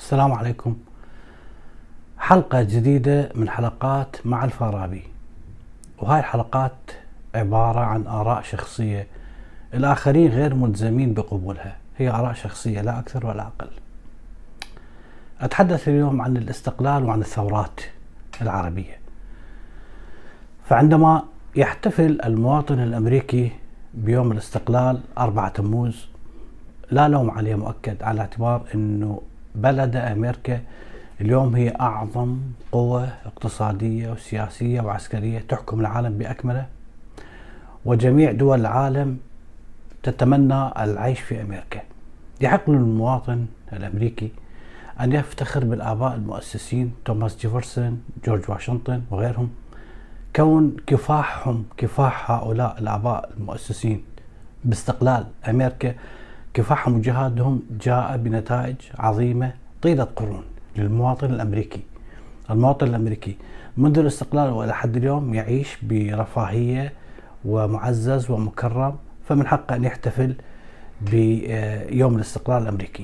السلام عليكم. حلقة جديدة من حلقات مع الفارابي، وهاي الحلقات عبارة عن آراء شخصية، الآخرين غير ملزمين بقبولها، هي آراء شخصية لا أكثر ولا أقل. أتحدث اليوم عن الاستقلال وعن الثورات العربية. فعندما يحتفل المواطن الأمريكي بيوم الاستقلال 4 تموز، لا لوم عليه مؤكد، على اعتبار أنه بلد أمريكا اليوم هي أعظم قوة اقتصادية وسياسية وعسكرية تحكم العالم بأكمله، وجميع دول العالم تتمنى العيش في أمريكا. يحق للمواطن الأمريكي أن يفتخر بالآباء المؤسسين توماس جيفرسون، جورج واشنطن وغيرهم، كون كفاح هؤلاء الآباء المؤسسين باستقلال أمريكا، كفاحهم وجهادهم جاء بنتائج عظيمة طيلة قرون للمواطن الأمريكي. المواطن الأمريكي منذ الاستقلال وإلى حد اليوم يعيش برفاهية ومعزز ومكرم، فمن حقه أن يحتفل بيوم الاستقلال الأمريكي.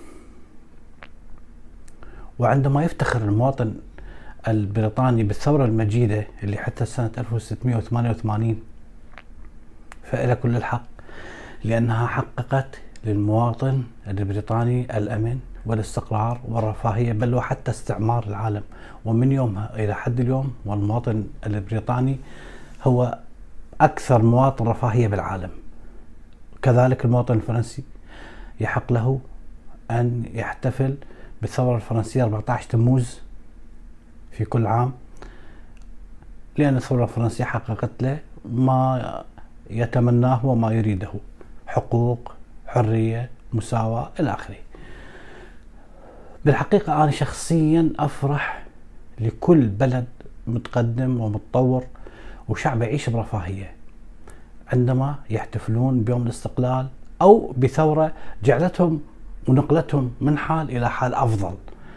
وعندما يفتخر المواطن البريطاني بالثورة المجيدة اللي حتى سنة 1688، فإلى كل الحق، لأنها حققت للمواطن البريطاني الأمن والاستقرار والرفاهية، بل وحتى استعمار العالم. ومن يومها إلى حد اليوم والمواطن البريطاني هو أكثر مواطن رفاهية بالعالم. كذلك المواطن الفرنسي يحق له أن يحتفل بالثورة الفرنسية 14 تموز في كل عام، لأن الثورة الفرنسية حققت له ما يتمناه وما يريده: حقوق، حرية، مساواة إلى آخره. بالحقيقة أنا شخصيا أفرح لكل بلد متقدم ومتطور وشعب يعيش برفاهية عندما يحتفلون بيوم الاستقلال أو بثورة جعلتهم ونقلتهم من حال إلى حال أفضل.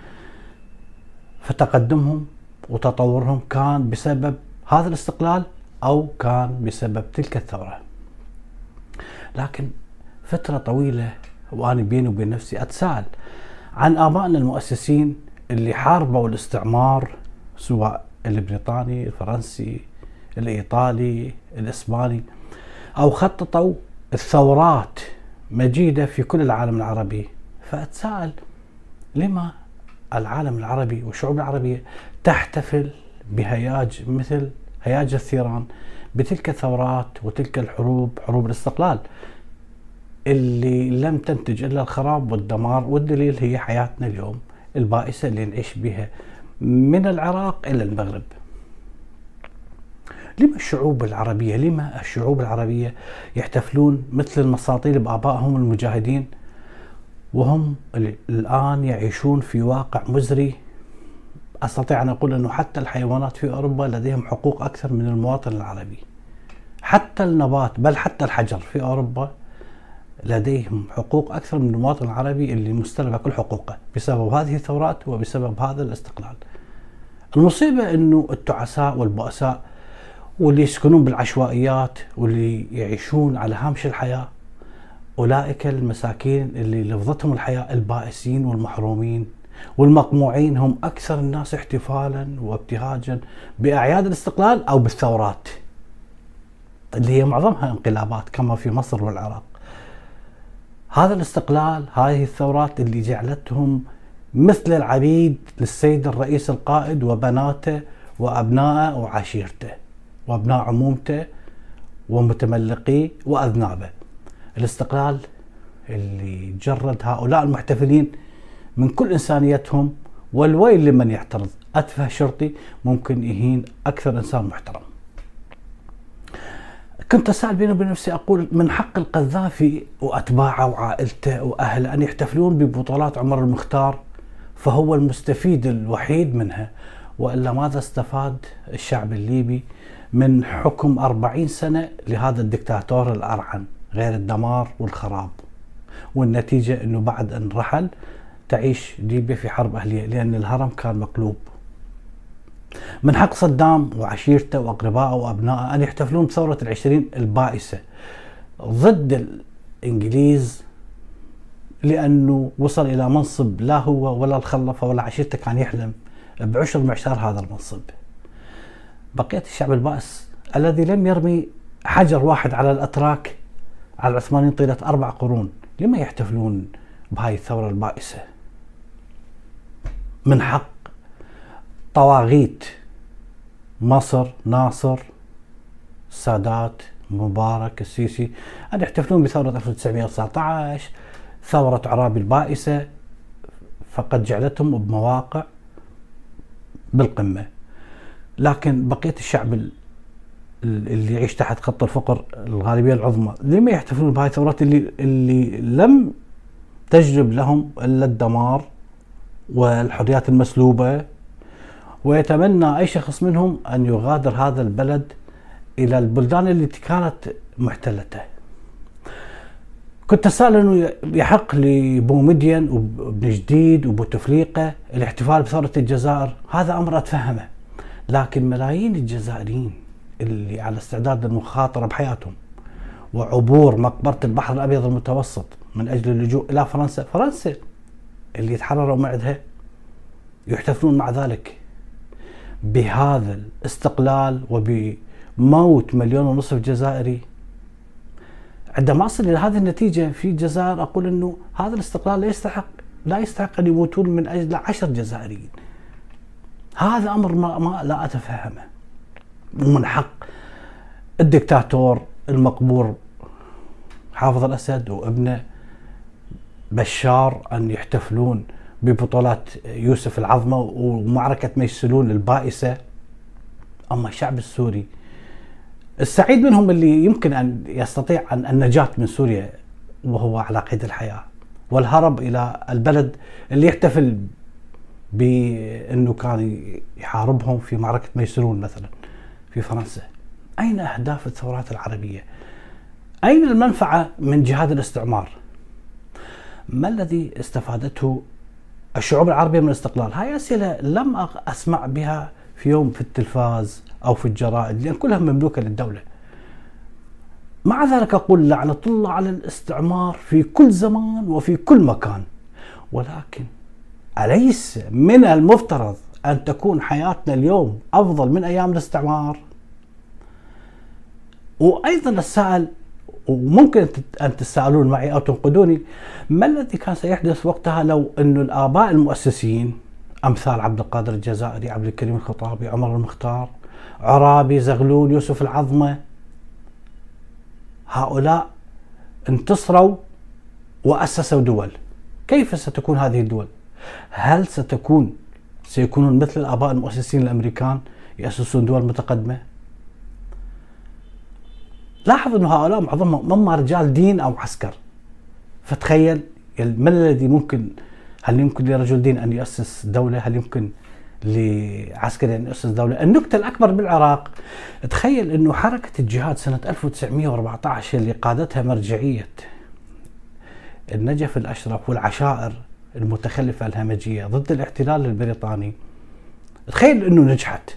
فتقدمهم وتطورهم كان بسبب هذا الاستقلال أو كان بسبب تلك الثورة. لكن فترة طويلة وأنا بيني وبين نفسي أتساءل عن آبائنا المؤسسين اللي حاربوا الاستعمار، سواء البريطاني، الفرنسي، الإيطالي، الإسباني، أو خططوا الثورات مجيدة في كل العالم العربي. فأتساءل لما العالم العربي والشعوب العربية تحتفل بهياج مثل هياج الثيران بتلك الثورات وتلك الحروب، حروب الاستقلال اللي لم تنتج إلا الخراب والدمار، والدليل هي حياتنا اليوم البائسة اللي نعيش بها من العراق إلى المغرب. لما الشعوب العربية يحتفلون مثل المساطيل بآبائهم المجاهدين، وهم الآن يعيشون في واقع مزري؟ أستطيع أن أقول أنه حتى الحيوانات في أوروبا لديهم حقوق أكثر من المواطن العربي. حتى النبات، بل حتى الحجر في أوروبا لديهم حقوق أكثر من المواطن العربي اللي مستلبة كل حقوقه بسبب هذه الثورات وبسبب هذا الاستقلال. المصيبة أنه التعساء والبؤساء واللي يسكنون بالعشوائيات واللي يعيشون على هامش الحياة، أولئك المساكين اللي لفظتهم الحياة، البائسين والمحرومين والمقموعين، هم أكثر الناس احتفالا وابتهاجا بأعياد الاستقلال أو بالثورات اللي هي معظمها انقلابات كما في مصر والعراق. هذا الاستقلال، هذه الثورات اللي جعلتهم مثل العبيد للسيد الرئيس القائد وبناته وأبنائه وعشيرته وأبناء عمومته ومتملقيه وأذنابه. الاستقلال اللي جرد هؤلاء المحتفلين من كل إنسانيتهم، والويل لمن يعترض. أتفه شرطي ممكن يهين أكثر إنسان محترم. كنت أسأل بيني وبين نفسي، أقول من حق القذافي وأتباعه وعائلته وأهله أن يحتفلون ببطولات عمر المختار، فهو المستفيد الوحيد منها، وإلا ماذا استفاد الشعب الليبي من حكم 40 سنة لهذا الدكتاتور الأرعن غير الدمار والخراب؟ والنتيجة أنه بعد أن رحل تعيش ليبيا في حرب أهلية، لأن الهرم كان مقلوب. من حق صدام وعشيرته وأقربائه وأبنائه أن يحتفلون بثورة 20 البائسة ضد الإنجليز لأنه وصل إلى منصب لا هو ولا الخلفة ولا عشيرته كان يحلم بعشر معشار هذا المنصب. بقية الشعب البائس الذي لم يرمي حجر واحد على الأتراك على العثمانيين طيلة 4 قرون، لما يحتفلون بهاي الثورة البائسة؟ من حق طواغيت مصر، ناصر، السادات، مبارك، السيسي أن يحتفلون بثورة 1919، ثورة عرابي البائسة، فقد جعلتهم بمواقع بالقمة. لكن بقية الشعب اللي يعيش تحت خط الفقر، الغالبية العظمى، لما يحتفلون بهاي الثورات اللي لم تجلب لهم إلا الدمار والحريات المسلوبة؟ ويتمنى أي شخص منهم أن يغادر هذا البلد إلى البلدان التي كانت محتلته. كنت أسأل أنه يحق لبومدين وابن جديد وبوتفليقة الاحتفال بثورة الجزائر، هذا أمر أتفهمه، لكن ملايين الجزائريين اللي على استعداد للمخاطرة بحياتهم وعبور مقبرة البحر الأبيض المتوسط من أجل اللجوء إلى فرنسا اللي يتحرروا معها، يحتفلون مع ذلك بهذا الاستقلال وبموت 1.5 مليون جزائري. عندما أصل إلى هذه النتيجة في الجزائر أقول أنه هذا الاستقلال لا يستحق أن يموتون من أجل 10 جزائريين. هذا أمر ما لا أتفهمه. ومن حق الدكتاتور المقبور حافظ الأسد وابنه بشار أن يحتفلون ببطولات يوسف العظمة ومعركة ميسلون البائسة. أما الشعب السوري السعيد منهم اللي يمكن أن يستطيع النجاة من سوريا وهو على قيد الحياة والهرب إلى البلد اللي يحتفل بأنه كان يحاربهم في معركة ميسلون مثلا في فرنسا. أين أهداف الثورات العربية؟ أين المنفعة من جهاد الاستعمار؟ ما الذي استفادته الشعوب العربية من الاستقلال؟ هاي أسئلة لم أسمع بها في يوم في التلفاز أو في الجرائد، لأن كلها مملوكة للدولة. مع ذلك أقول لعنة الله على الاستعمار في كل زمان وفي كل مكان. ولكن أليس من المفترض أن تكون حياتنا اليوم أفضل من أيام الاستعمار؟ وأيضا السائل، وممكن أن تسألون معي أو تنقدوني، ما الذي كان سيحدث وقتها لو أن الآباء المؤسسين أمثال عبد القادر الجزائري، عبد الكريم الخطابي، عمر المختار، عرابي، زغلول، يوسف العظمة، هؤلاء انتصروا وأسسوا دول؟ كيف ستكون هذه الدول؟ هل سيكونون مثل الآباء المؤسسين الأمريكان يأسسون دول متقدمة؟ لاحظ أن هؤلاء معظمهم هم رجال دين أو عسكر. فتخيل ما الذي هل يمكن لرجل دين أن يؤسس دولة؟ هل يمكن لعسكري أن يؤسس دولة؟ النكتة الأكبر بالعراق، تخيل أنه حركة الجهاد سنة 1914 اللي قادتها مرجعية النجف الأشرف والعشائر المتخلفة الهمجية ضد الاحتلال البريطاني، تخيل أنه نجحت.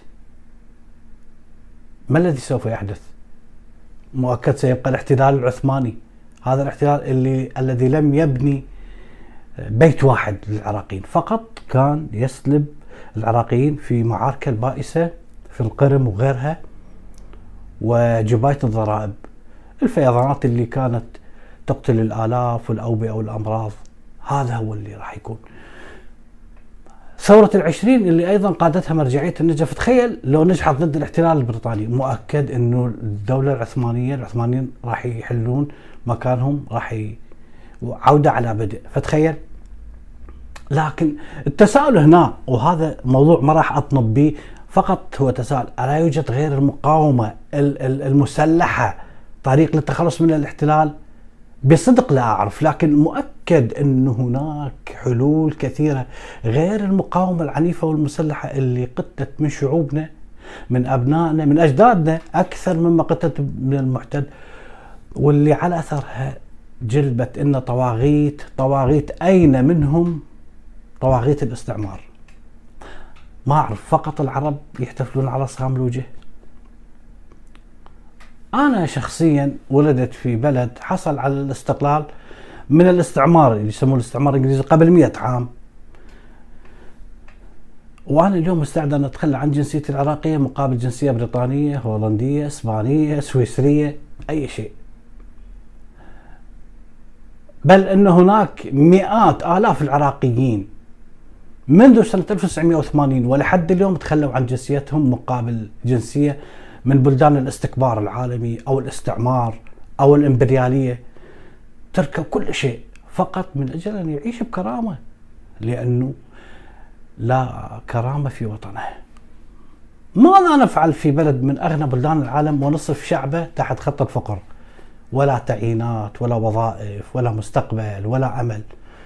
ما الذي سوف يحدث؟ مؤكد سيبقى الاحتلال العثماني، هذا الاحتلال الذي لم يبني بيت واحد للعراقيين، فقط كان يسلب العراقيين في معارك البائسة في القرم وغيرها، وجباية الضرائب، الفيضانات اللي كانت تقتل الآلاف والأوبئة والأمراض. هذا هو اللي راح يكون. ثورة العشرين اللي أيضا قادتها مرجعية النجف، تخيل لو نجحت ضد الاحتلال البريطاني، مؤكد أنه الدولة العثمانيين راح يحلون مكانهم، راح عودة على بدء. فتخيل. لكن التساؤل هنا، وهذا موضوع ما راح أطنب به، فقط هو تساؤل: ألا يوجد غير المقاومة المسلحة طريق للتخلص من الاحتلال؟ بصدق لا أعرف، لكن مؤكد أن هناك حلول كثيرة غير المقاومة العنيفة والمسلحة اللي قتلت من شعوبنا، من أبنائنا، من أجدادنا، أكثر مما قتلت من المحتل، واللي على أثرها جلبت إن طواغيت أين منهم طواغيت الاستعمار؟ ما أعرف، فقط العرب يحتفلون على صام الوجه. أنا شخصيا ولدت في بلد حصل على الاستقلال من الاستعمار اللي يسموه الاستعمار الانجليزي قبل 100 عام. وانا اليوم مستعد ان اتخلى عن جنسيتي العراقيه مقابل جنسيه بريطانيه، هولنديه، اسبانيه، سويسريه، اي شيء. بل ان هناك مئات الاف العراقيين منذ سنه 1980 ولحد اليوم تخلوا عن جنسيتهم مقابل جنسيه من بلدان الاستكبار العالمي او الاستعمار او الامبرياليه. تركوا كل شيء فقط من اجل ان يعيش بكرامه، لانه لا كرامه في وطنه. ماذا نفعل في بلد من اغنى بلدان العالم ونصف شعبه تحت خط الفقر؟ ولا تعيينات ولا وظائف ولا مستقبل ولا امل.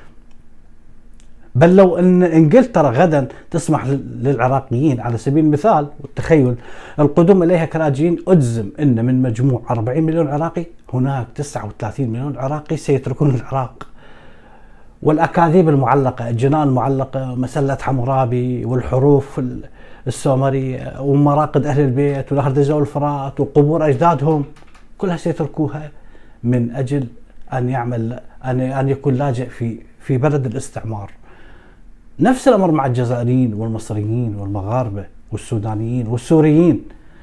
بل لو ان انجلترا غدا تسمح للعراقيين على سبيل المثال والتخيل القدوم اليها كلاجئين، اجزم ان من مجموع 40 مليون عراقي هناك 39 مليون عراقي سيتركون العراق. والاكاذيب المعلقه، الجنان المعلقه، مسله حمورابي والحروف السومريه ومراقد اهل البيت والهردجه والفرات وقبور اجدادهم كلها سيتركوها من اجل ان يعمل ان يكون لاجئ في بلد الاستعمار. نفس الامر مع الجزائريين والمصريين والمغاربه والسودانيين والسوريين.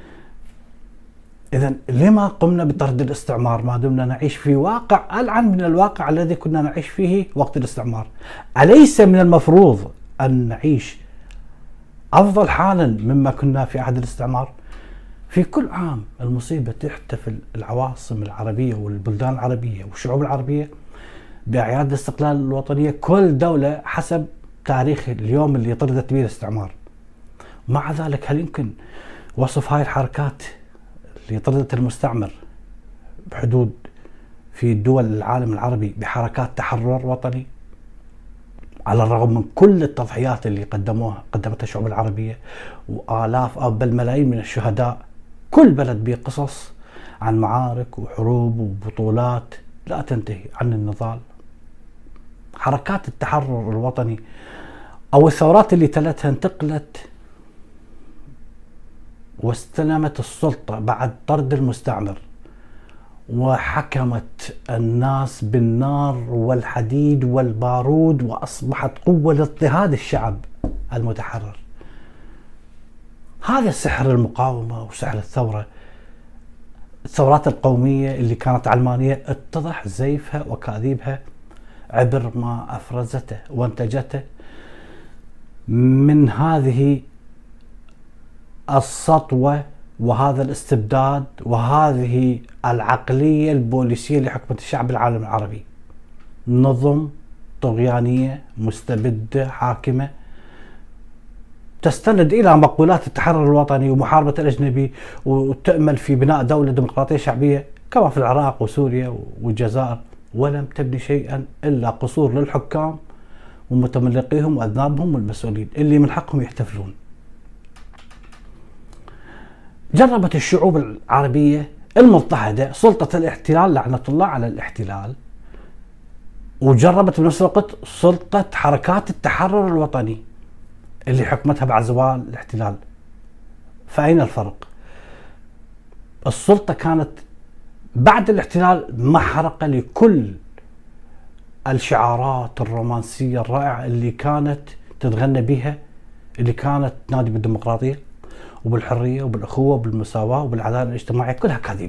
اذا لما قمنا بطرد الاستعمار ما دمنا نعيش في واقع العن من الواقع الذي كنا نعيش فيه وقت الاستعمار؟ اليس من المفروض ان نعيش افضل حالا مما كنا في عهد الاستعمار؟ في كل عام المصيبه تحتفل العواصم العربيه والبلدان العربيه والشعوب العربيه باعياد الاستقلال الوطنيه، كل دوله حسب تاريخ اليوم اللي طردت به الاستعمار. مع ذلك هل يمكن وصف هاي الحركات اللي طردت المستعمر بحدود في دول العالم العربي بحركات تحرر وطني؟ على الرغم من كل التضحيات اللي قدمتها الشعوب العربية وآلاف أو بل ملايين من الشهداء، كل بلد به قصص عن معارك وحروب وبطولات لا تنتهي عن النضال. حركات التحرر الوطني أو الثورات اللي تلتها انتقلت واستلمت السلطة بعد طرد المستعمر وحكمت الناس بالنار والحديد والبارود، وأصبحت قوة لاضطهاد الشعب المتحرر. هذا سحر المقاومة وسحر الثورة. الثورات القومية اللي كانت علمانية اتضح زيفها وكاذيبها عبر ما أفرزته وانتجته من هذه السطوة وهذا الاستبداد وهذه العقلية البوليسية لحكمة الشعب العالم العربي. نظم طغيانية مستبدة حاكمة تستند إلى مقولات التحرر الوطني ومحاربة الأجنبي وتأمل في بناء دولة ديمقراطية شعبية كما في العراق وسوريا والجزائر، ولم تبني شيئا إلا قصور للحكام ومتملقيهم وأذنابهم والمسؤولين اللي من حقهم يحتفلون. جربت الشعوب العربية المضطهدة سلطة الاحتلال لعنة الله على الاحتلال، وجربت بنفس الوقت سلطة حركات التحرر الوطني اللي حكمتها بعد زوال الاحتلال. فأين الفرق؟ السلطة كانت بعد الاحتلال محرقة لكل الشعارات الرومانسية الرائعة اللي كانت تتغنى بها، اللي كانت تنادي بالديمقراطية وبالحرية وبالأخوة وبالمساواة وبالعدالة الاجتماعية، كلها كاذب.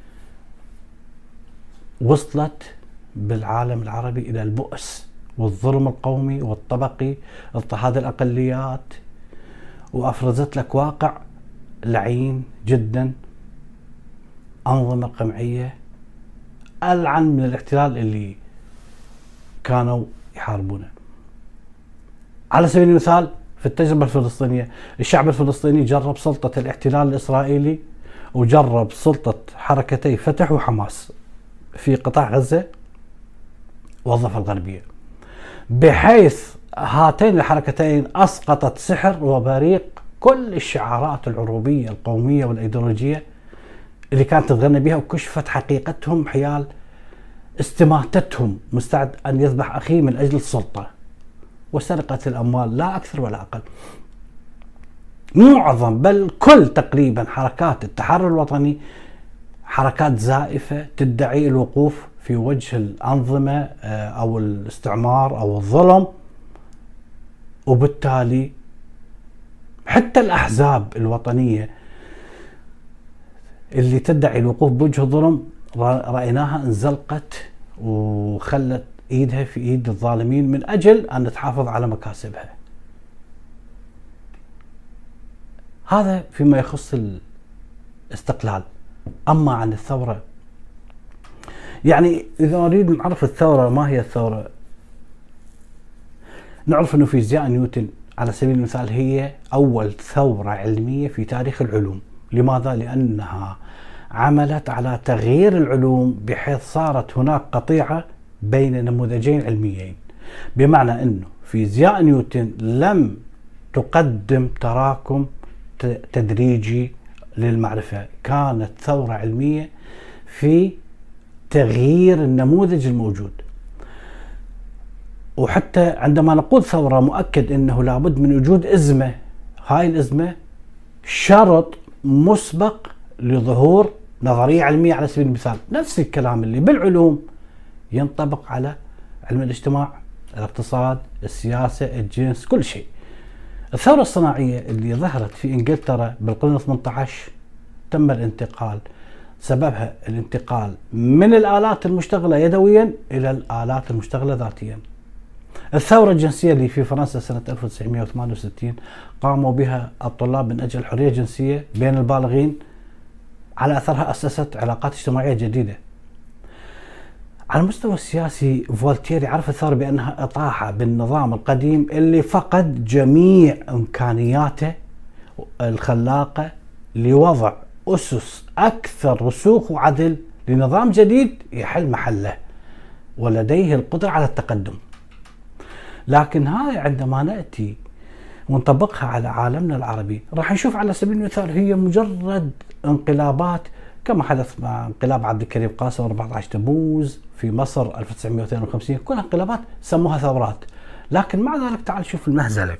وصلت بالعالم العربي إلى البؤس والظلم القومي والطبقي، اضطهاد الأقليات، وأفرزت لك واقع لعين جدا، أنظمة قمعية ألعن من الاحتلال اللي كانوا يحاربونه. على سبيل المثال في التجربة الفلسطينية، الشعب الفلسطيني جرب سلطة الاحتلال الإسرائيلي وجرب سلطة حركتي فتح وحماس في قطاع غزة والضفة الغربية، بحيث هاتين الحركتين أسقطت سحر وبريق كل الشعارات العروبية القومية والأيديولوجية اللي كانت تتغنى بها، وكشفت حقيقتهم حيال استماتتهم مستعد أن يذبح أخيه من أجل السلطة وسرقة الأموال، لا أكثر ولا أقل. معظم بل كل تقريبا حركات التحرر الوطني حركات زائفة تدعي الوقوف في وجه الأنظمة أو الاستعمار أو الظلم، وبالتالي حتى الأحزاب الوطنية اللي تدعي الوقوف بوجه الظلم رأيناها انزلقت وخلت ايدها في ايد الظالمين من اجل ان تحافظ على مكاسبها. هذا فيما يخص الاستقلال. اما عن الثورة، يعني اذا نريد نعرف الثورة ما هي الثورة، نعرف انه فيزياء نيوتن على سبيل المثال هي اول ثورة علمية في تاريخ العلوم. لماذا؟ لانها عملت على تغيير العلوم بحيث صارت هناك قطيعة بين نموذجين علميين، بمعنى انه فيزياء نيوتن لم تقدم تراكم تدريجي للمعرفة، كانت ثورة علمية في تغيير النموذج الموجود. وحتى عندما نقول ثورة مؤكد انه لابد من وجود ازمة، هاي الازمة شرط مسبق لظهور نظرية علمية. على سبيل المثال نفس الكلام اللي بالعلوم ينطبق على علم الاجتماع، الاقتصاد، السياسة، الجنس، كل شيء. الثورة الصناعية اللي ظهرت في انجلترا بالقرن 18 تم الانتقال، سببها الانتقال من الآلات المشتغلة يدويا إلى الآلات المشتغلة ذاتيا. الثورة الجنسية اللي في فرنسا سنة 1968 قاموا بها الطلاب من أجل الحرية الجنسية بين البالغين، على أثرها أسست علاقات اجتماعية جديدة. على المستوى السياسي فولتير يعرف الثورة بأنها إطاحة بالنظام القديم اللي فقد جميع إمكانياته الخلاقة لوضع أسس أكثر رسوخ وعدل لنظام جديد يحل محله ولديه القدرة على التقدم. لكن هاي عندما نأتي ونطبقها على عالمنا العربي راح نشوف على سبيل المثال هي مجرد انقلابات، كما حدث مع انقلاب عبد الكريم قاسم 14 تموز في مصر 1952، كلها انقلابات سموها ثورات. لكن مع ذلك تعال شوف المهزلة.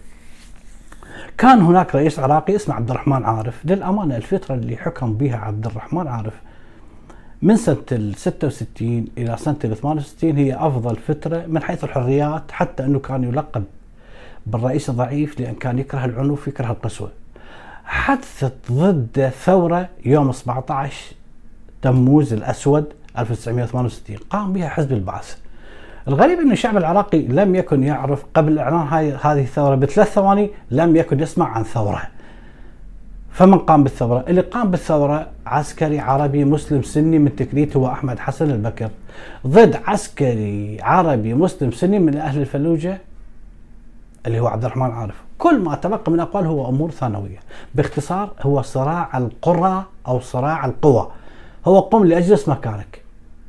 كان هناك رئيس عراقي اسمه عبد الرحمن عارف. للأمانة الفترة اللي حكم بها عبد الرحمن عارف من سنة 66 إلى سنة 68 هي أفضل فترة من حيث الحريات، حتى أنه كان يلقب بالرئيس الضعيف لأن كان يكره العنف يكره القسوة. حدثت ضد ثورة يوم 17 تموز الأسود 1968 قام بها حزب البعث. الغريب أن الشعب العراقي لم يكن يعرف قبل إعلان هذه الثورة ب3 ثواني، لم يكن يسمع عن ثورة. فمن قام بالثورة؟ اللي قام بالثورة عسكري عربي مسلم سني من تكريت هو أحمد حسن البكر، ضد عسكري عربي مسلم سني من أهل الفلوجة اللي هو عبد الرحمن عارف. كل ما تبقى من أقوال هو أمور ثانوية. باختصار هو صراع القرى أو صراع القوى، هو قم لأجلس مكانك.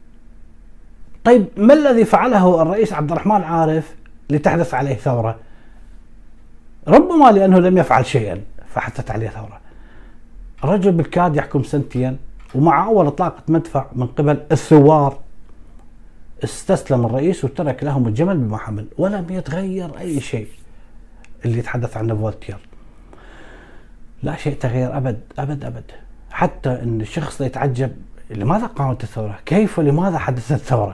طيب ما الذي فعله الرئيس عبد الرحمن عارف لتحدث عليه ثورة؟ ربما لأنه لم يفعل شيئا فحدثت عليه ثورة. الرجل بالكاد يحكم سنتين، ومع أول إطلاقة مدفع من قبل الثوار استسلم الرئيس وترك لهم الجمل بما حمل، ولم يتغير أي شيء اللي يتحدث عنه فولتير. لا شيء تغير أبد أبد أبد. حتى أن الشخص يتعجب لماذا قامت الثورة؟ كيف ولماذا حدثت الثورة؟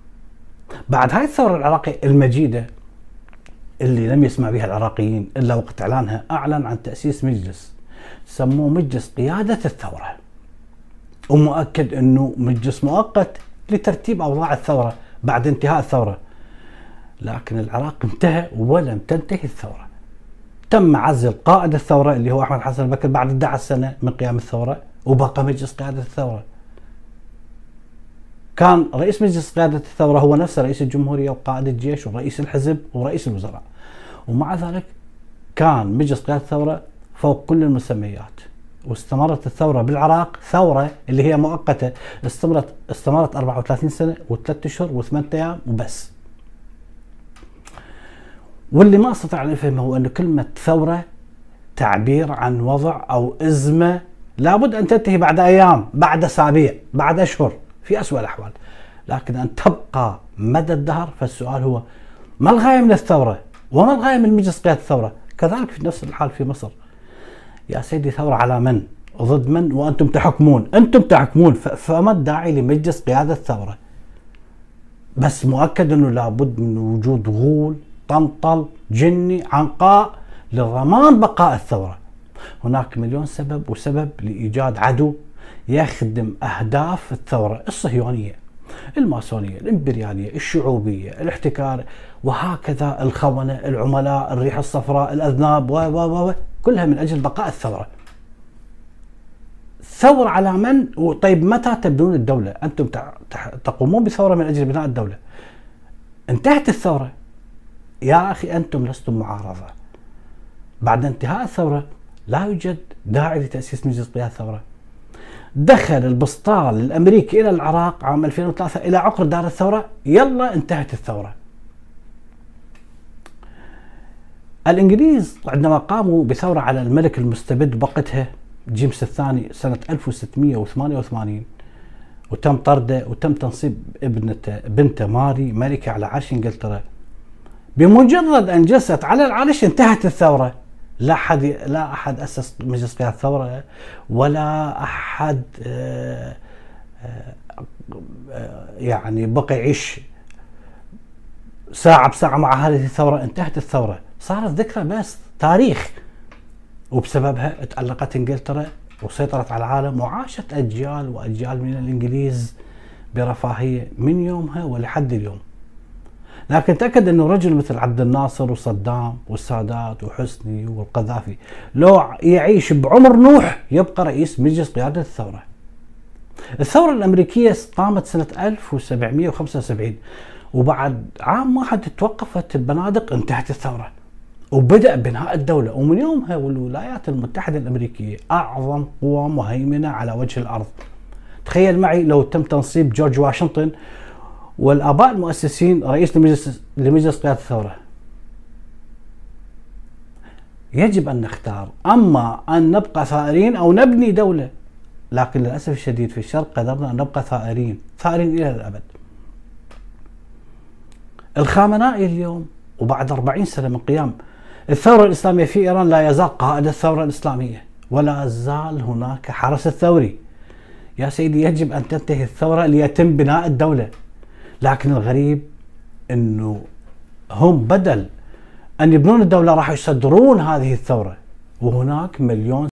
بعد هاي الثورة العراقية المجيدة اللي لم يسمع بها العراقيين إلا وقت إعلانها، أعلن عن تأسيس مجلس سموه مجلس قيادة الثورة، ومؤكد أنه مجلس مؤقت لترتيب أوضاع الثورة بعد انتهاء الثورة. لكن العراق انتهى ولم تنتهي الثورة. تم عزل قائد الثورة اللي هو أحمد حسن البكر بعد 11 سنة من قيام الثورة، وبقى مجلس قيادة الثورة. كان رئيس مجلس قيادة الثورة هو نفسه رئيس الجمهورية وقائد الجيش ورئيس الحزب ورئيس الوزراء، ومع ذلك كان مجلس قيادة الثورة فوق كل المسميات. واستمرت الثورة بالعراق، ثورة اللي هي مؤقتة، استمرت 34 سنة و3 أشهر و8 أيام وبس. واللي ما استطاع أن يفهم هو أن كلمة ثورة تعبير عن وضع أو أزمة لابد أن تنتهي بعد أيام، بعد أسابيع، بعد أشهر في أسوأ الأحوال، لكن أن تبقى مدى الدهر. فالسؤال هو ما الغاية من الثورة؟ وما الغاية من مجلس قيادة الثورة؟ كذلك في نفس الحال في مصر. يا سيدي ثورة على من؟ ضد من وأنتم تحكمون؟ أنتم تحكمون، فما الداعي لمجلس قيادة الثورة؟ بس مؤكد أنه لابد من وجود غول، طنطل، جني، عنقاء لضمان بقاء الثورة. هناك مليون سبب وسبب لإيجاد عدو يخدم أهداف الثورة الصهيونية، الماسونية، الإمبريالية، الشعوبية، الاحتكار، وهكذا الخونة، العملاء، الريح الصفراء، الأذناب، و كلها من أجل بقاء الثورة. ثورة على من؟ طيب متى تبنون الدولة؟ أنتم تقومون بثورة من أجل بناء الدولة، انتهت الثورة يا أخي أنتم لستم معارضة. بعد انتهاء الثورة لا يوجد داعي لتأسيس مجلس قيادة الثورة. دخل البسطال الأمريكي إلى العراق عام 2003 إلى عقر دار الثورة، يلا انتهت الثورة. الإنجليز عندما قاموا بثورة على الملك المستبد بوقتها جيمس الثاني سنة 1688 وتم طرده وتم تنصيب بنته ماري ملكة على عرش انجلترا، بمجرد ان جلست على العرش انتهت الثورة. لا احد اسس مجلس قيادة الثورة، ولا احد يعني بقى يعيش ساعة بساعة مع هذه الثورة. انتهت الثورة، صارت ذكرى بس تاريخ، وبسببها تألقت انجلترا وسيطرت على العالم، وعاشت اجيال واجيال من الانجليز برفاهية من يومها ولحد اليوم. لكن تأكد انه رجل مثل عبد الناصر وصدام والسادات وحسني والقذافي لو يعيش بعمر نوح يبقى رئيس مجلس قيادة الثورة. الثورة الامريكية قامت سنة 1775، وبعد عام واحد توقفت البنادق، انتهت الثورة وبدأ بناء الدولة. ومن يومها والولايات المتحدة الامريكية اعظم قوة مهيمنة على وجه الارض. تخيل معي لو تم تنصيب جورج واشنطن والآباء المؤسسين رئيس لمجلس قيادة الثورة. يجب أن نختار، أما أن نبقى ثائرين أو نبني دولة. لكن للأسف الشديد في الشرق قدرنا أن نبقى ثائرين إلى الأبد. الخامنائي اليوم وبعد 40 سنة من قيام الثورة الإسلامية في إيران لا يزال قائد الثورة الإسلامية، ولا زال هناك حرس الثوري. يا سيدي يجب أن تنتهي الثورة ليتم بناء الدولة. لكن الغريب انه هم بدل ان يبنون الدولة راح يصدرون هذه الثورة، وهناك مليون